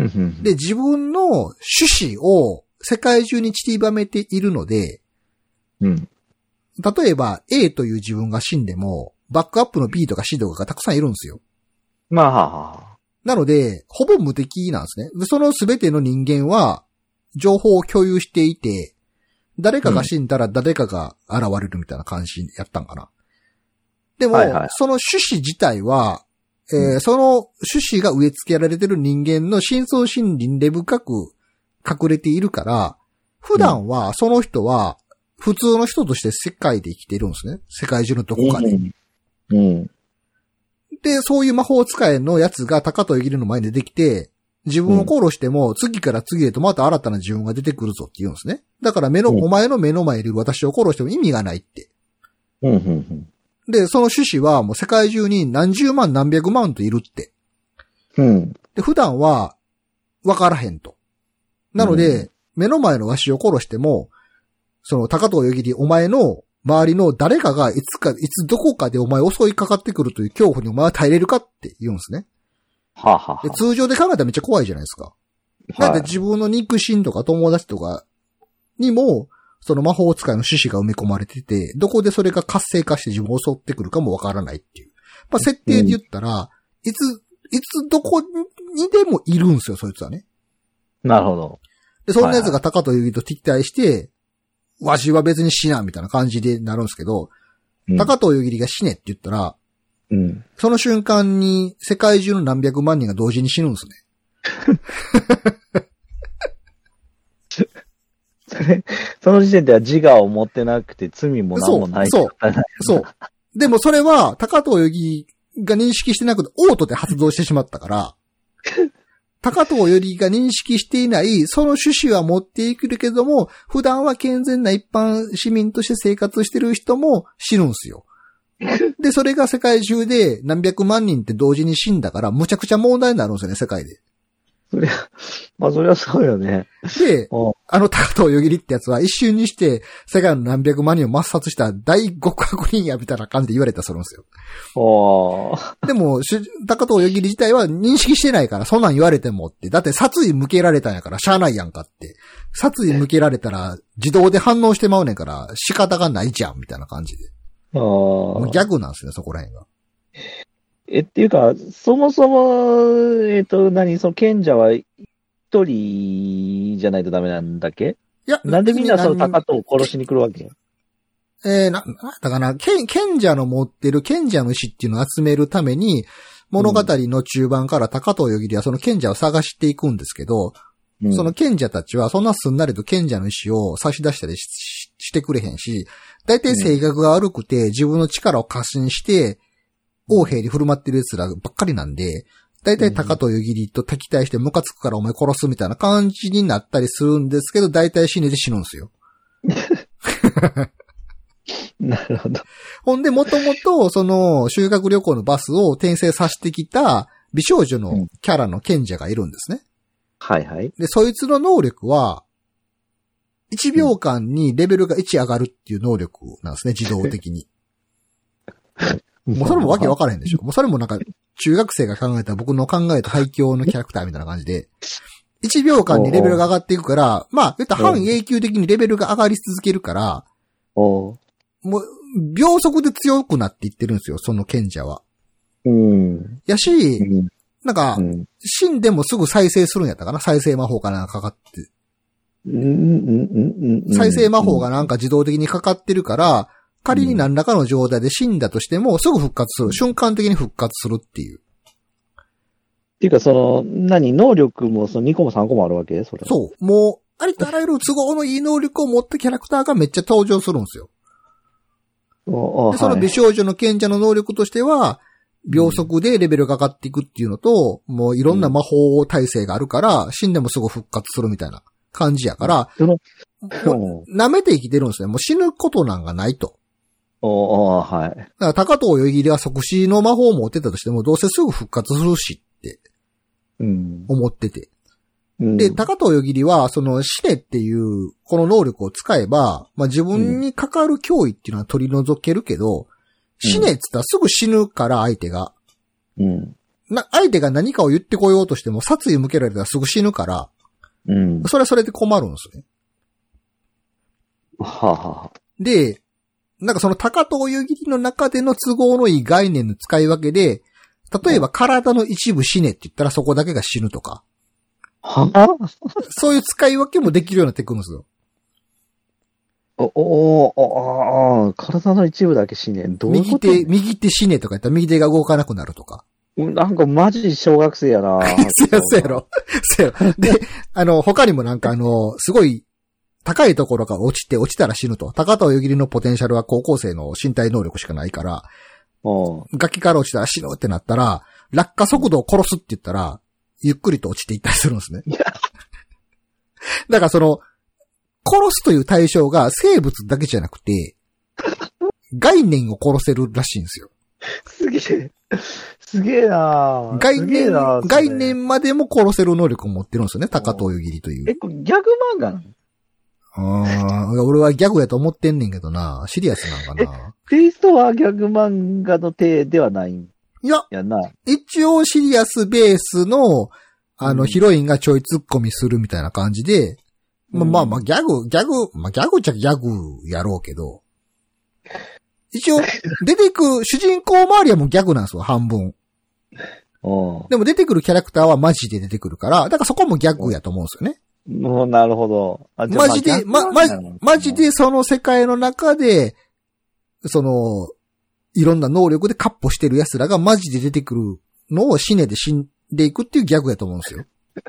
で、自分の種子を世界中に散りばめているので、 うん、 例えば A という自分が死んでも、バックアップの B とか C とかがたくさんいるんですよ。 まあ、 なので、ほぼ無敵なんですね。そのすべての人間は、情報を共有していて、誰かが死んだら誰かが現れるみたいな感じやったんかな。でも、はいはい、その種子自体は、えー、その種子が植え付けられてる人間の深層心理に根深く隠れているから、普段はその人は普通の人として世界で生きているんですね。世界中のどこかで。 うんうんで、そういう魔法使いのやつが高とよぎりの前に出てきて、自分を殺しても、次から次へとまた新たな自分が出てくるぞって言うんですね。だから目の、うん、お前の目の前で私を殺しても意味がないって。 うんうんうん、 で、その趣旨はもう世界中に何十万何百万といるって。 うん、 で、普段は分からへんと。なので、うん、目の前のわしを殺しても、その高とよぎりお前の周りの誰かがいつか、いつどこかでお前襲いかかってくるという恐怖にお前は耐えれるかって言うんですね。 はあ、はあ、 で通常で考えたらめっちゃ怖いじゃないですか。だって自分の肉親とか友達とかにも、その魔法使いの種子が埋め込まれてて、どこでそれが活性化して自分を襲ってくるかもわからないっていう。まあ、設定で言ったら、うん、いつ、いつどこにでもいるんですよ、そいつはね。 なるほど。 で、そんな奴が高というと敵対して、わしは別に死なんみたいな感じでなるんですけど、うん、高藤よぎりが死ねって言ったら、 うん、 その瞬間に世界中の何百万人が同時に死ぬんですね。 それ、その時点では自我を持ってなくて罪も何もない。 そう、そう、そう。でもそれは高藤よぎりが認識してなくてオートで発動してしまったから、高藤よりが認識していない、その趣旨は持っていくるけども、普段は健全な一般市民として生活してる人も死ぬんすよ。で、それが世界中で何百万人って同時に死んだから、むちゃくちゃ問題になるんですよね、世界で。 そりゃ、まあそりゃそうよね。 で、あの高藤よぎりってやつは一瞬にして世界の何百万人を抹殺した大極悪人やみたいな感じで言われたするんですよ。でも、高藤よぎり自体は認識してないから、そんなん言われてもって。だって殺意向けられたんやから、しゃあないやんかって。殺意向けられたら自動で反応してまうねんから、仕方がないじゃん、みたいな感じで。 あ逆なんですね、そこら辺が。 え、っていうか、そもそも、えっと、何、その賢者は一人じゃないとダメなんだっけ？ いや、 なんでみんなその高藤を殺しに来るわけ？ えー、な、なんだかな、賢、賢者の持ってる賢者の石っていうのを集めるために、物語の中盤から高藤よぎりはその賢者を探していくんですけど、うん、その賢者たちはそんなすんなりと賢者の石を差し出したり し, し, してくれへんし、大体性格が悪くて自分の力を過信して、横兵に振る舞ってる奴らばっかりなんで、大体高藤よぎりと敵対してムカつくからお前殺すみたいな感じになったりするんですけど、大体死ねで死ぬんですよ。 なるほど。 ほんで、もともと、その、修学旅行のバスを転生させてきた美少女のキャラの賢者がいるんですね。 はいはい。 で、そいつの能力は、いちびょうかんにレベルがいち上がるっていう能力なんですね、自動的に。もうそれもわけわからへんでしょ。もうそれもなんか、中学生が考えた僕の考えた最強のキャラクターみたいな感じで、いちびょうかんにレベルが上がっていくから、まあ、言ったら半永久的にレベルが上がり続けるから、 おもう、秒速で強くなっていってるんですよ、その賢者は。 うん。 やし、うん、なんか、うん、死んでもすぐ再生するんやったかな、再生魔法かなんかかかって。 うんうんうんうん、 再生魔法がなんか自動的にかかってるから、 仮に何らかの状態で死んだとしても、すぐ復活する。瞬間的に復活するっていう。 っていうか、その、何、能力もそのにこもさんこもあるわけそれ。 そう。もう、ありとあらゆる都合のいい能力を持ったキャラクターがめっちゃ登場するんですよ。でその美少女の賢者の能力としては、秒速でレベルが上がっていくっていうのと、もういろんな魔法耐性があるから、死んでもすぐ復活するみたいな感じやから、 その舐めて生きてるんですね。もう死ぬことなんかないと。 おー、はい。だから高藤よぎりは即死の魔法を持ってたとしても、どうせすぐ復活するしって思ってて。うん、で、高藤よぎりは、その死ねっていうこの能力を使えば、まあ自分にかかる脅威っていうのは取り除けるけど、死ねっつったらすぐ死ぬから相手が。うん。な、相手が何かを言ってこようとしても殺意向けられたらすぐ死ぬから。うん。それはそれで困るんですね。 はあ、はあ。 で、なんかその高藤湯切りの中での都合のいい概念の使い分けで、例えば体の一部死ねって言ったらそこだけが死ぬとか。 はあ、 そういう使い分けもできるようになってくるんですよ。 お、お、お、あ、体の一部だけ死ね。どういうこと？ 右手、右手死ねとか言ったら右手が動かなくなるとか。 なんかマジ小学生やな。 そうやろ。そうやろ。で、あの、他にもなんかあの、すごい高いところから落ちて、落ちたら死ぬと。高藤湯切りのポテンシャルは高校生の身体能力しかないから、崖から落ちたら死ぬってなったら、落下速度を殺すって言ったら、ゆっくりと落ちていったりするんですね。だからその、殺すという対象が生物だけじゃなくて、概念を殺せるらしいんですよ。 すげえ。すげえな概念、概念までも殺せる能力を持ってるんですよね、高藤湯切りという。 え、これギャグ漫画なの？ ああ、俺はギャグやと思ってんねんけどな。シリアスなんかな。 テイストはギャグ漫画の体ではないんいや、 やな。 一応シリアスベースの、あの、うん、ヒロインがちょい突っ込みするみたいな感じで、まあまあまあ、ギャグ、ギャグ、まあギャグっちゃギャグやろうけど、一応、出てくる、主人公周りはもうギャグなんですよ、半分。でも出てくるキャラクターはマジで出てくるから、だからそこもギャグやと思うんですよね。 もうなるほど。 あマジで、ま、ま、マジでその世界の中で、その、いろんな能力でカッポしてる奴らがマジで出てくるのを死ねで死んでいくっていうギャグやと思うんですよ。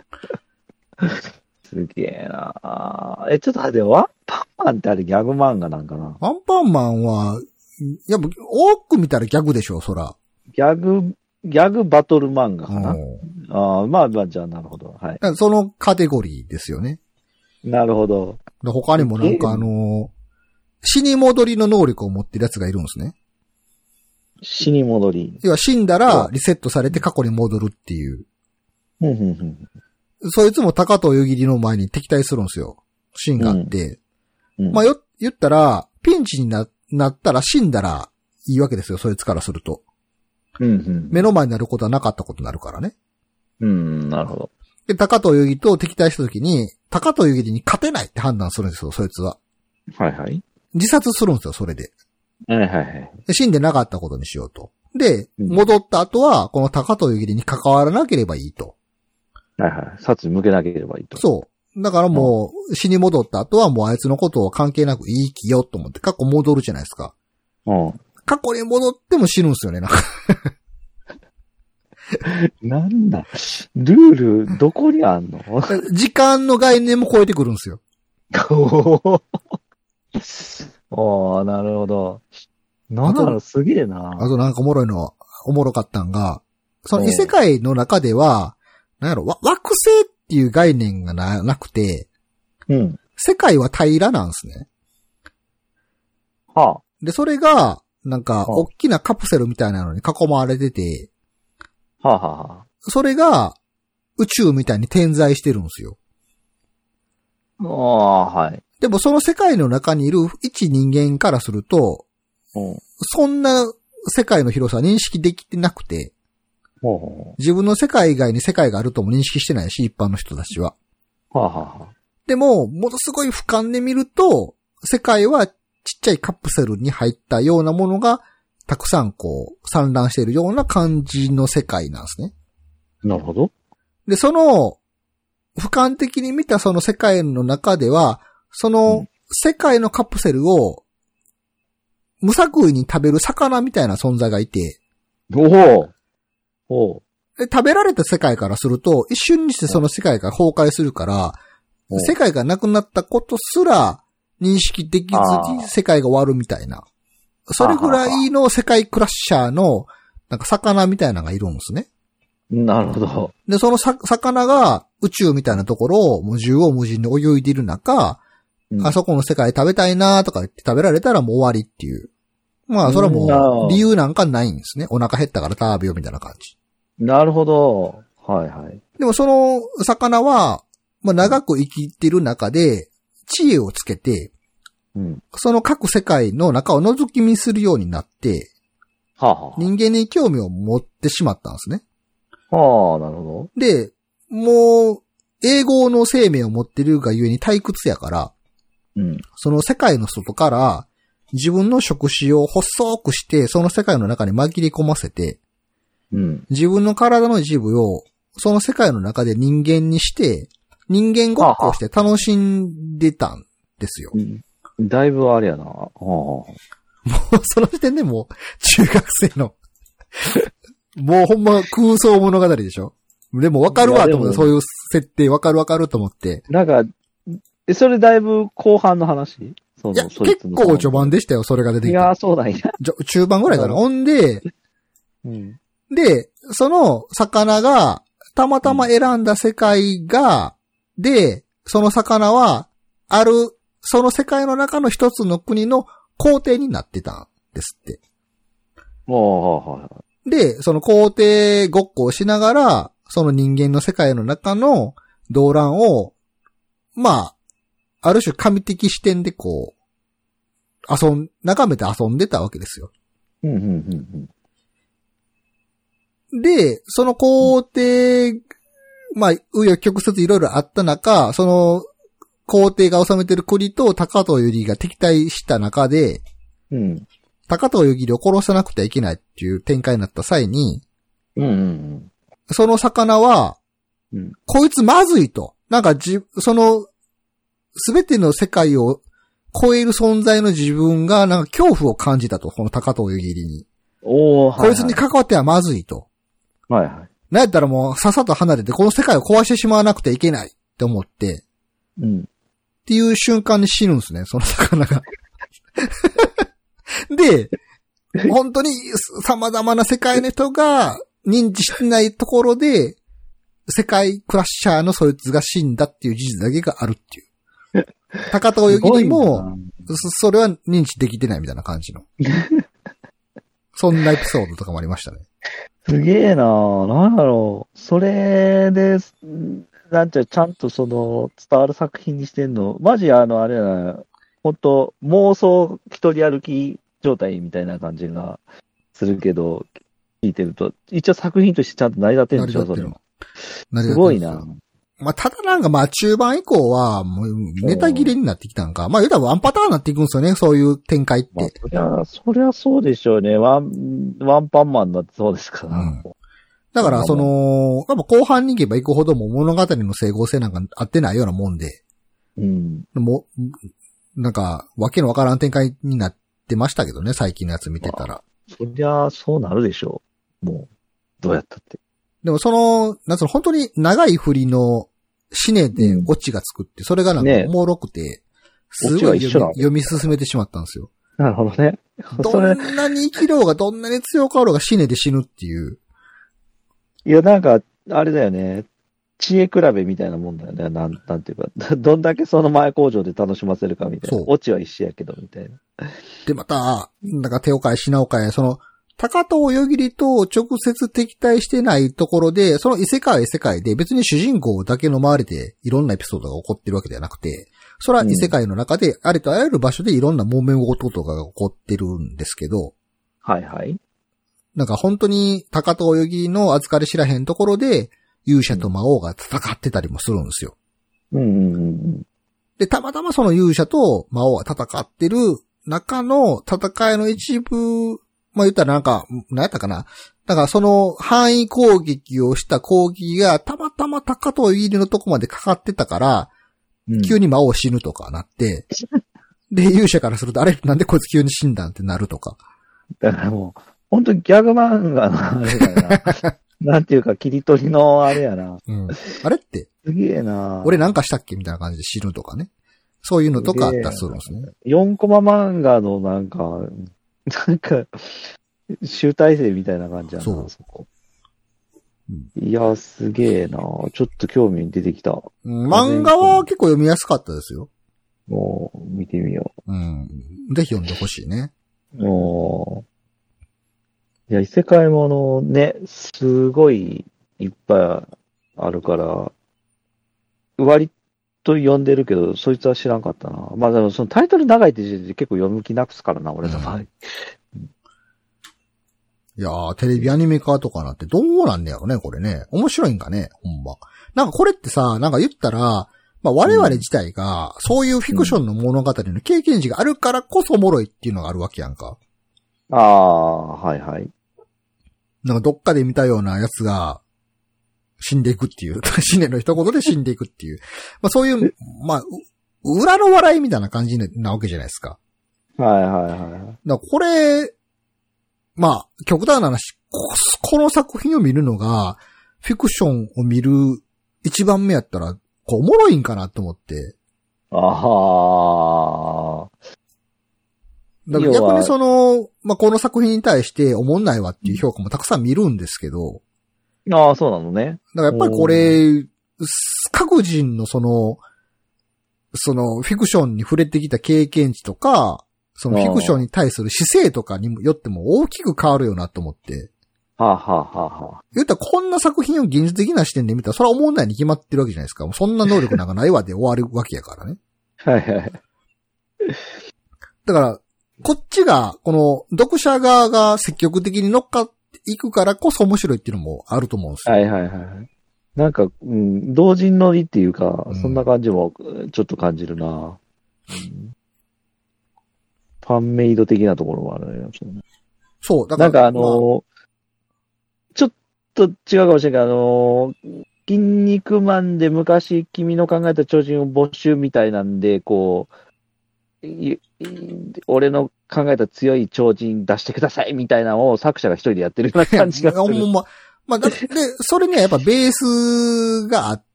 すげえなえ、ちょっと待って、ワンパンマンってあれギャグ漫画なんかな？ ワンパンマンは、やっぱ多く見たらギャグでしょ、そら。 ギャグ、ギャグバトル漫画かな。ああ、まあまあ、じゃあなるほど。はい。 そのカテゴリーですよね。 なるほど。 他にもなんかあの、死に戻りの能力を持ってるやつがいるんですね。 死に戻り。 要は死んだらリセットされて過去に戻るっていう。 うんうんうんそいつも高藤湯切りの前に敵対するんですよ。シーンがあって。うんうん、まあよ、言ったら、ピンチに な, なったら死んだらいいわけですよ、そいつからすると。 うんうん、 目の前になることはなかったことになるからね。 うん、なるほど。 で、高藤湯切りと敵対した時に、高藤湯切りに勝てないって判断するんですよ、そいつは。 はいはい。 自殺するんですよ、それで。 はいはいはい。 で死んでなかったことにしようと。で、戻った後は、この高藤湯切りに関わらなければいいと。 はいはい。殺意向けなければいいと。 そう。だからもう、死に戻った後はもうあいつのことを関係なくいい気よと思って過去戻るじゃないですか。 うん。 過去に戻っても死ぬんですよね、なんか。 なんだ。ルール、どこにあんの？ 時間の概念も超えてくるんですよ。 おー、なるほど。なんだろう、すげえな。 あとなんかおもろいの、おもろかったんが、その異世界の中では、なんやろ、惑星っていう概念が な, なくて、 うん。 世界は平らなんですね。 はあ。 で、それが、なんか、大きなカプセルみたいなのに囲まれてて、 はあ、はあ、 それが、宇宙みたいに点在してるんですよ。 ああ、はい。 でもその世界の中にいる一人間からすると、 うん、 そんな世界の広さは認識できてなくて、自分の世界以外に世界があるとも認識してないし、一般の人たちは。 はあはあ、 でも、ものすごい俯瞰で見ると、世界はちっちゃいカプセルに入ったようなものが、たくさんこう、散乱しているような感じの世界なんですね。 なるほど。 で、その、俯瞰的に見たその世界の中では、その世界のカプセルを、 無作為に食べる魚みたいな存在がいて、 おおおで食べられた世界からすると、一瞬にしてその世界が崩壊するから、世界がなくなったことすら認識できずに世界が終わるみたいな。それぐらいの世界クラッシャーの、なんか魚みたいなのがいるんですね。 なるほど。 で、そのさ魚が宇宙みたいなところをもう縦横無尽に泳いでいる中、うん、あそこの世界食べたいなとか言って食べられたらもう終わりっていう。まあ、それはもう理由なんかないんですね。お腹減ったから食べようみたいな感じ。 なるほど。はいはい。 でもその魚は、まあ長く生きてる中で知恵をつけて、うん、その各世界の中を覗き見するようになって、はあはあ、人間に興味を持ってしまったんですね。 はあ、なるほど。で、もう、英語の生命を持ってるがゆえに退屈やから、うん、その世界の外から自分の触手を細くして、その世界の中に紛れ込ませて、うん、自分の体の一部をその世界の中で人間にして、人間ごっこをして楽しんでたんですよ。 はあはあ、だいぶあれやな。はあ、 もうその時点でもう中学生のもうほんま空想物語でしょ。でも分かるわと思って、そういう設定分かる分かると思って。 なんか、え、それだいぶ後半の話そのいや、結構序盤でしたよ、それが出てきた。 いや、そうだいや。 中盤ぐらいかな。ほんで、うん、で、その魚が、たまたま選んだ世界が、うん、で、その魚は、ある、その世界の中の一つの国の皇帝になってたんですって。で、その皇帝ごっこをしながら、その人間の世界の中の動乱を、まあ、ある種神的視点でこう、遊ん、眺めて遊んでたわけですよ。 うんうんうんうん、で、その皇帝、まあ、紆余曲折いろいろあった中、その皇帝が治めてる国と高藤由里が敵対した中で、うん、高藤由里を殺さなくてはいけないっていう展開になった際に、 うんうんうん、 その魚は、うん、こいつまずいと。なんかじ、その、すべての世界を超える存在の自分が、なんか恐怖を感じたと。この高藤由里に。 おー、はいはい、 こいつに関わってはまずいと。 はいはい。 なんやったらもう、さっさと離れて、この世界を壊してしまわなくてはいけないって思って、うん。っていう瞬間に死ぬんですね、その魚が。で、本当に様々な世界の人が認知してないところで、世界クラッシャーのそいつが死んだっていう事実だけがあるっていう。高藤由紀にも、それは認知できてないみたいな感じの。そんなエピソードとかもありましたね。 すげえなぁ。なんだろう。それで、なんてちゃんとその伝わる作品にしてんの。マジあの、あれやな、本当妄想一人歩き状態みたいな感じがするけど、聞いてると、一応作品としてちゃんと成り立ってるんでしょ、それも。すごいな。 まあ、ただなんかまあ中盤以降は、もうネタ切れになってきたんか。まあ言うたらワンパターンになっていくんですよね、そういう展開って。まあ、 そりゃ、そりゃそうでしょうね。ワン、ワンパンマンだってそうですから。うん、 だからその、やっぱ後半に行けば行くほども物語の整合性なんか合ってないようなもんで。うん。もう、なんか、わけのわからん展開になってましたけどね、最近のやつ見てたら。まあ、 そりゃそうなるでしょう。もう、どうやったって。 でもその、なんつうの、本当に長い振りのシネでオチがつくって、それがなんかおもろくて、すごい読み、読み進めてしまったんですよ。 なるほどね。 どんなに生きろうが、どんなに強かろうがシネで死ぬっていう。 いや、なんか、あれだよね。知恵比べみたいなもんだよね。なん、なんていうか、どんだけその前工場で楽しませるかみたいな。オチは一緒やけど、みたいな。 で、また、なんか手を変え品を変え、その、高藤よぎりと直接敵対してないところで、その異世界は異世界で別に主人公だけの周りでいろんなエピソードが起こってるわけではなくて、それは異世界の中でありとあらゆる場所でいろんな揉め事とかが起こってるんですけど、 はいはい。 なんか本当に高藤よぎりの預かり知らへんところで勇者と魔王が戦ってたりもするんですよ。 うんうんうん、 で、たまたまその勇者と魔王が戦ってる中の戦いの一部、まあ、言ったらなんか、何やったかな。だからその範囲攻撃をした攻撃がたまたま高藤入りのとこまでかかってたから、うん、急に魔王死ぬとかなって、 で、勇者からすると、あれなんでこいつ急に死んだんってなるとか。 だからもう、ほんとギャグ漫画のあれだな。なんていうか、切り取りのあれやな。 うん。あれって、 すげえな。 俺なんかしたっけみたいな感じで死ぬとかね。そういうのとかあったりするんですね。 よんコマ漫画のなんか、なんか、集大成みたいな感じやな、 そうそこ。 うん、 いや、すげえな。ちょっと興味出てきた。 うん。漫画は結構読みやすかったですよ。 もう、見てみよう。うん。ぜひ読んでほしいね。 もう、いや、異世界ものね、すごいいっぱいあるから、割と読んでるけど、そいつは知らんかったな。まあでも、そのタイトル長いって時点で結構読む気なくすからな、俺の場合。うんいやー、テレビアニメ化とかなってどうなんねやろね、これね。面白いんかね、ほんま。なんかこれってさ、なんか言ったら、まあ我々自体が、そういうフィクションの物語の経験値があるからこそおもろいっていうのがあるわけやんか。 ああ、はいはい。 なんかどっかで見たようなやつが、死んでいくっていう。死ねの一言で死んでいくっていう。まあそういう、まあ、裏の笑いみたいな感じなわけじゃないですか。 はいはいはい。だからこれ、まあ、極端な話、この作品を見るのが、フィクションを見る一番目やったら、こう、おもろいんかなと思って。 ああ。 だから逆にその、まあ、この作品に対しておもんないわっていう評価もたくさん見るんですけど。 ああ、そうなのね。 だからやっぱりこれ、各人のその、その、フィクションに触れてきた経験値とか、そのフィクションに対する姿勢とかによっても大きく変わるよなと思って。 はあ、はあはあはあ、 言ったらこんな作品を現実的な視点で見たらそれは思わないに決まってるわけじゃないですか。もうそんな能力なんかないわで終わるわけやからね。 はいはい。 だから、こっちが、この読者側が積極的に乗っかっていくからこそ面白いっていうのもあると思うんですよ。 はいはいはい。なんか、うん、同人乗りっていうか、 うん、 そんな感じもちょっと感じるな。うんファンメイド的なところもあるね。 そう、だから。 なんかあのーまあ、ちょっと違うかもしれないけど、あのー、筋肉マンで昔君の考えた超人を募集みたいなんで、こう、い俺の考えた強い超人出してくださいみたいなのを作者が一人でやってるような感じがする。 まあ、まあ、だで、それにはやっぱベースがあって、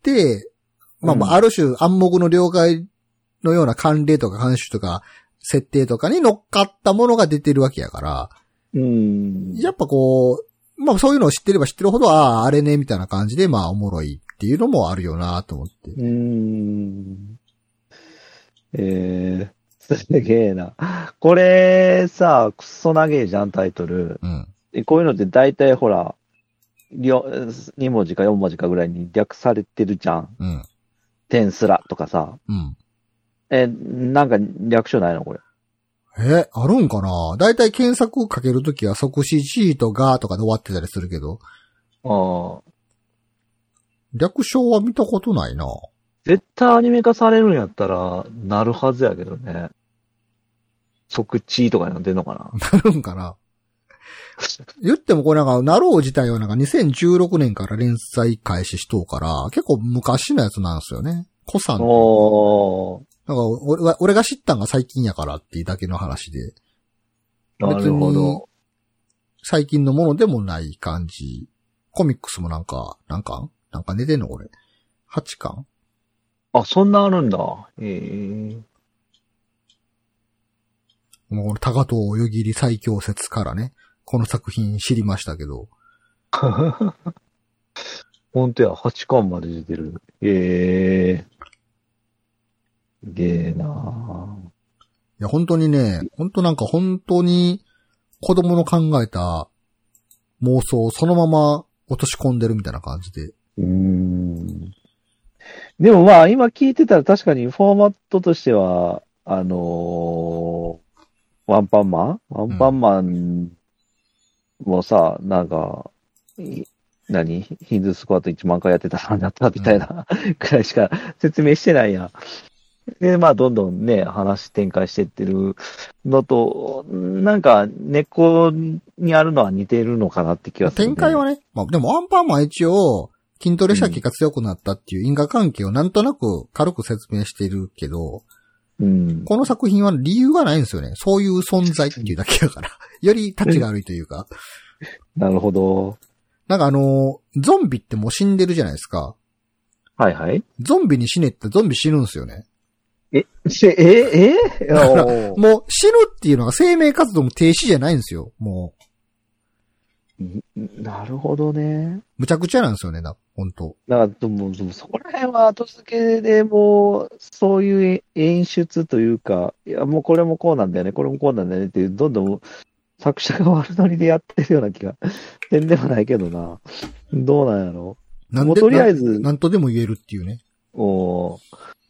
まあ、まあ、ある種暗黙の了解のような慣例とか慣習とか、設定とかに乗っかったものが出てるわけやから、 うん。 やっぱこう、まあそういうのを知ってれば知ってるほど、ああ、あれね、みたいな感じで、まあおもろいっていうのもあるよなと思って。 うん。えー、すげえな。これさ、クソ長えじゃん、タイトル。 うん。 こういうのって大体ほら、に文字かよん文字かぐらいに略されてるじゃん。 うん。 テンスラとかさ。 うん。 え、なんか略称ないのこれ。 え、あるんかなだいたい検索かけるときは即死 G とガーとかで終わってたりするけど。 ああ。 略称は見たことないな。 絶対アニメ化されるんやったら、なるはずやけどね。即地とかになってんのかななるんかな言ってもこれなんか、ナロー自体はなんかにせんじゅうろくねんから連載開始しとうから、結構昔のやつなんですよね。コさん。 おー。 なんか俺が、俺が知ったんが最近やからっていうだけの話で。 なるほど。 最近のものでもない感じ。コミックスもなんか、なんか、なんか寝てんのこれ。はちかんあ、そんなあるんだ。ええー。もうこの高藤泳ぎり最強説からね、この作品知りましたけど。 ほんとや、はちかんまで出てる。ええー。すげえなぁ。 いや、本当にね、本当なんか本当に子供の考えた妄想をそのまま落とし込んでるみたいな感じで。 うーん。でもまあ、今聞いてたら確かにフォーマットとしては、あのー、ワンパンマンワンパンマンもさ、うん、なんか、何ヒンズースクワットいちまん回やってたらなったみたいな、うん、くらいしか説明してないや。で、まあ、どんどんね、話展開していってるのと、なんか、根っこにあるのは似てるのかなって気がする、ね。 展開はね、まあ、でもアンパンマン一応、筋トレした結果強くなったっていう因果関係をなんとなく軽く説明してるけど、 うん。 この作品は理由がないんですよね。そういう存在っていうだけだから。よりタッチが悪いというか。 なるほど。 なんかあの、ゾンビってもう死んでるじゃないですか。 はいはい。 ゾンビに死ねってゾンビ死ぬんですよね。 え、し、え、えだからもう死ぬっていうのが生命活動も停止じゃないんですよ。もう。なるほどね。 むちゃくちゃなんですよね、な、本当。 だから、でも、でもそこら辺は後付けでもう、そういう演出というか、いや、もうこれもこうなんだよね、これもこうなんだよねっていう、どんどん作者が悪ノリでやってるような気が、せんでもないけどな。どうなんやろう。 なんで、 もうとりあえずな、なんとでも言えるっていうね。 お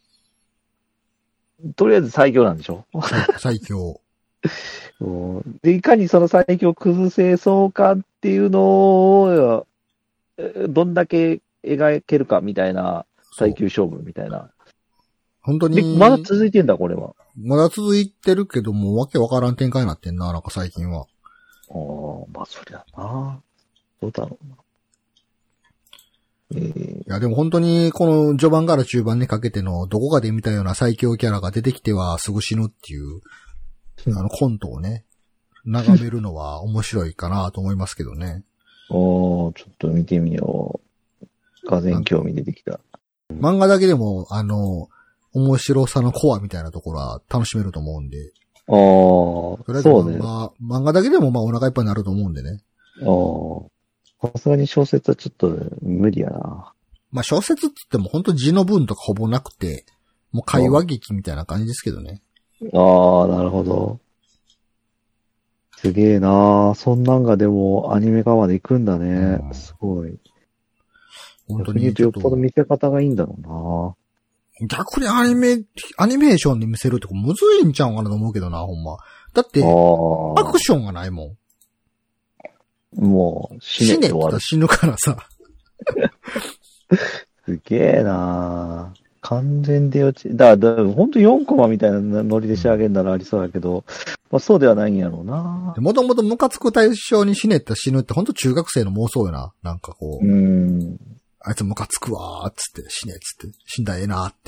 とりあえず最強なんでしょ最強。 で、いかにその最強を崩せそうかっていうのを、どんだけ描けるかみたいな、最強勝負みたいな。 本当に。 まだ続いてんだ、これは。 まだ続いてるけども、わけわからん展開になってんな、なんか最近は。 ああ、まあそりゃな。どうだろうな。えー、 いや、でも本当に、この序盤から中盤にかけての、どこかで見たような最強キャラが出てきてはすぐ死ぬっていう、あのコントをね、眺めるのは面白いかなと思いますけどね。 おー、ちょっと見てみよう。がぜん興味出てきた。 漫画だけでも、あの、面白さのコアみたいなところは楽しめると思うんで。 ああ、 とりあえずそうね。 まあ、漫画だけでもまあお腹いっぱいになると思うんでね。 ああ。さすがに小説はちょっと無理やな。 まあ小説って言っても本当字の文とかほぼなくて、もう会話劇みたいな感じですけどね。 ああ、なるほど。すげえな。そんなんがでもアニメ化まで行くんだね。うん、すごい。 本当によっぽど見せ方がいいんだろうな。逆にアニメ、アニメーションで見せるとかむずいんちゃうかなと思うけどな、ほんま。だって、アクションがないもん。 もう、死ねって終わる。 死ねって言ったら死ぬからさ。すげえなぁ。完全出落ち。だ、だ、ほんとよんコマみたいなノリで仕上げるならありそうだけど、まあそうではないんやろうな。 もともとムカつく対象に死ねって死ぬってほんと中学生の妄想よな。なんかこう。 うん。 あいつムカつくわーっつって死ねっつって死んだらええなーって。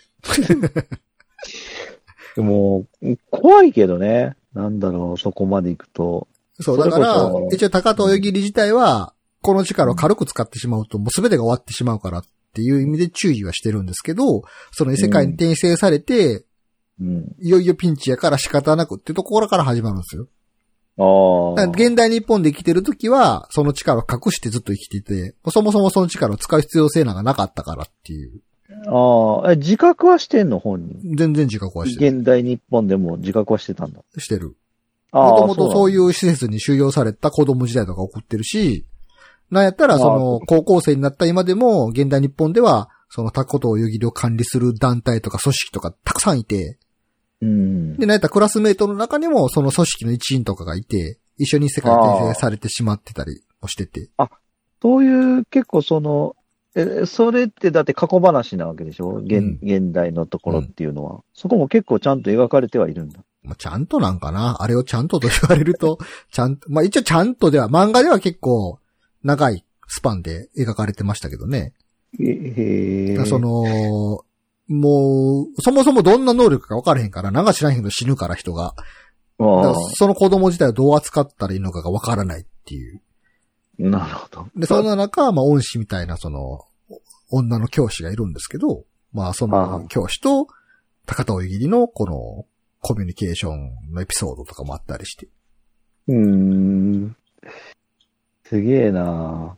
でも、怖いけどね。なんだろう、そこまで行くと。 そう、だから、一応高藤義理自体は、この力を軽く使ってしまうと、もう全てが終わってしまうからっていう意味で注意はしてるんですけど、その異世界に転生されて、うん、いよいよピンチやから仕方なくっていうところから始まるんですよ。ああ。現代日本で生きてるときは、その力を隠してずっと生きてて、そもそもその力を使う必要性なんかなかったからっていう。 ああ、自覚はしてんの本人。 全然自覚はしてる。 現代日本でも自覚はしてたんだ。 してる。もともとそういう施設に収容された子供時代とか送ってるし、なんやったらその高校生になった今でも現代日本ではその高藤義理を管理する団体とか組織とかたくさんいて、 うん、 で、なんやったらクラスメイトの中にもその組織の一員とかがいて、一緒に世界転生されてしまってたりもしてて。 あ、そういう結構その、え、それってだって過去話なわけでしょ 現,、うん、現代のところっていうのは、うん。そこも結構ちゃんと描かれてはいるんだ。 ちゃんとなんかなあれをちゃんとと言われると、ちゃんと、まあ一応ちゃんとでは、漫画では結構長いスパンで描かれてましたけどね。 へー。 その、もう、そもそもどんな能力か分からへんから、なんか知らへんけど死ぬから人が。だその子供自体をどう扱ったらいいのかが分からないっていう。 なるほど。 で、そんな中、まあ恩師みたいなその、女の教師がいるんですけど、まあその教師と高藤義理のこのコミュニケーションのエピソードとかもあったりして。 うーん。すげえな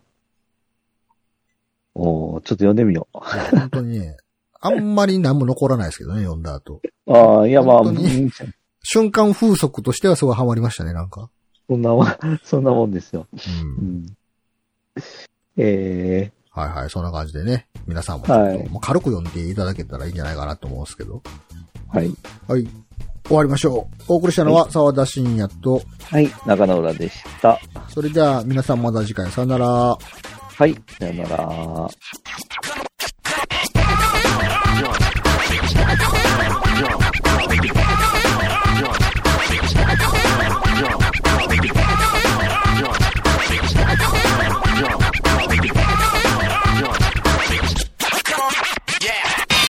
おー、ちょっと読んでみよう。 本当にね、あんまり何も残らないですけどね、読んだ後。 ああ、いやまあ、 瞬間風速としてはすごいハマりましたね、なんか。 そんなもん、そんなもんですよ。 うん。うん、 ええー。 はいはい、そんな感じでね、皆さんもちょっと、はい、もう軽く読んでいただけたらいいんじゃないかなと思うんですけど。 はい。 はい。終わりましょう。お送りしたのは沢田信也と、 はい、中野浦でした。 それでは皆さんまた次回さよなら。 はい、さよなら。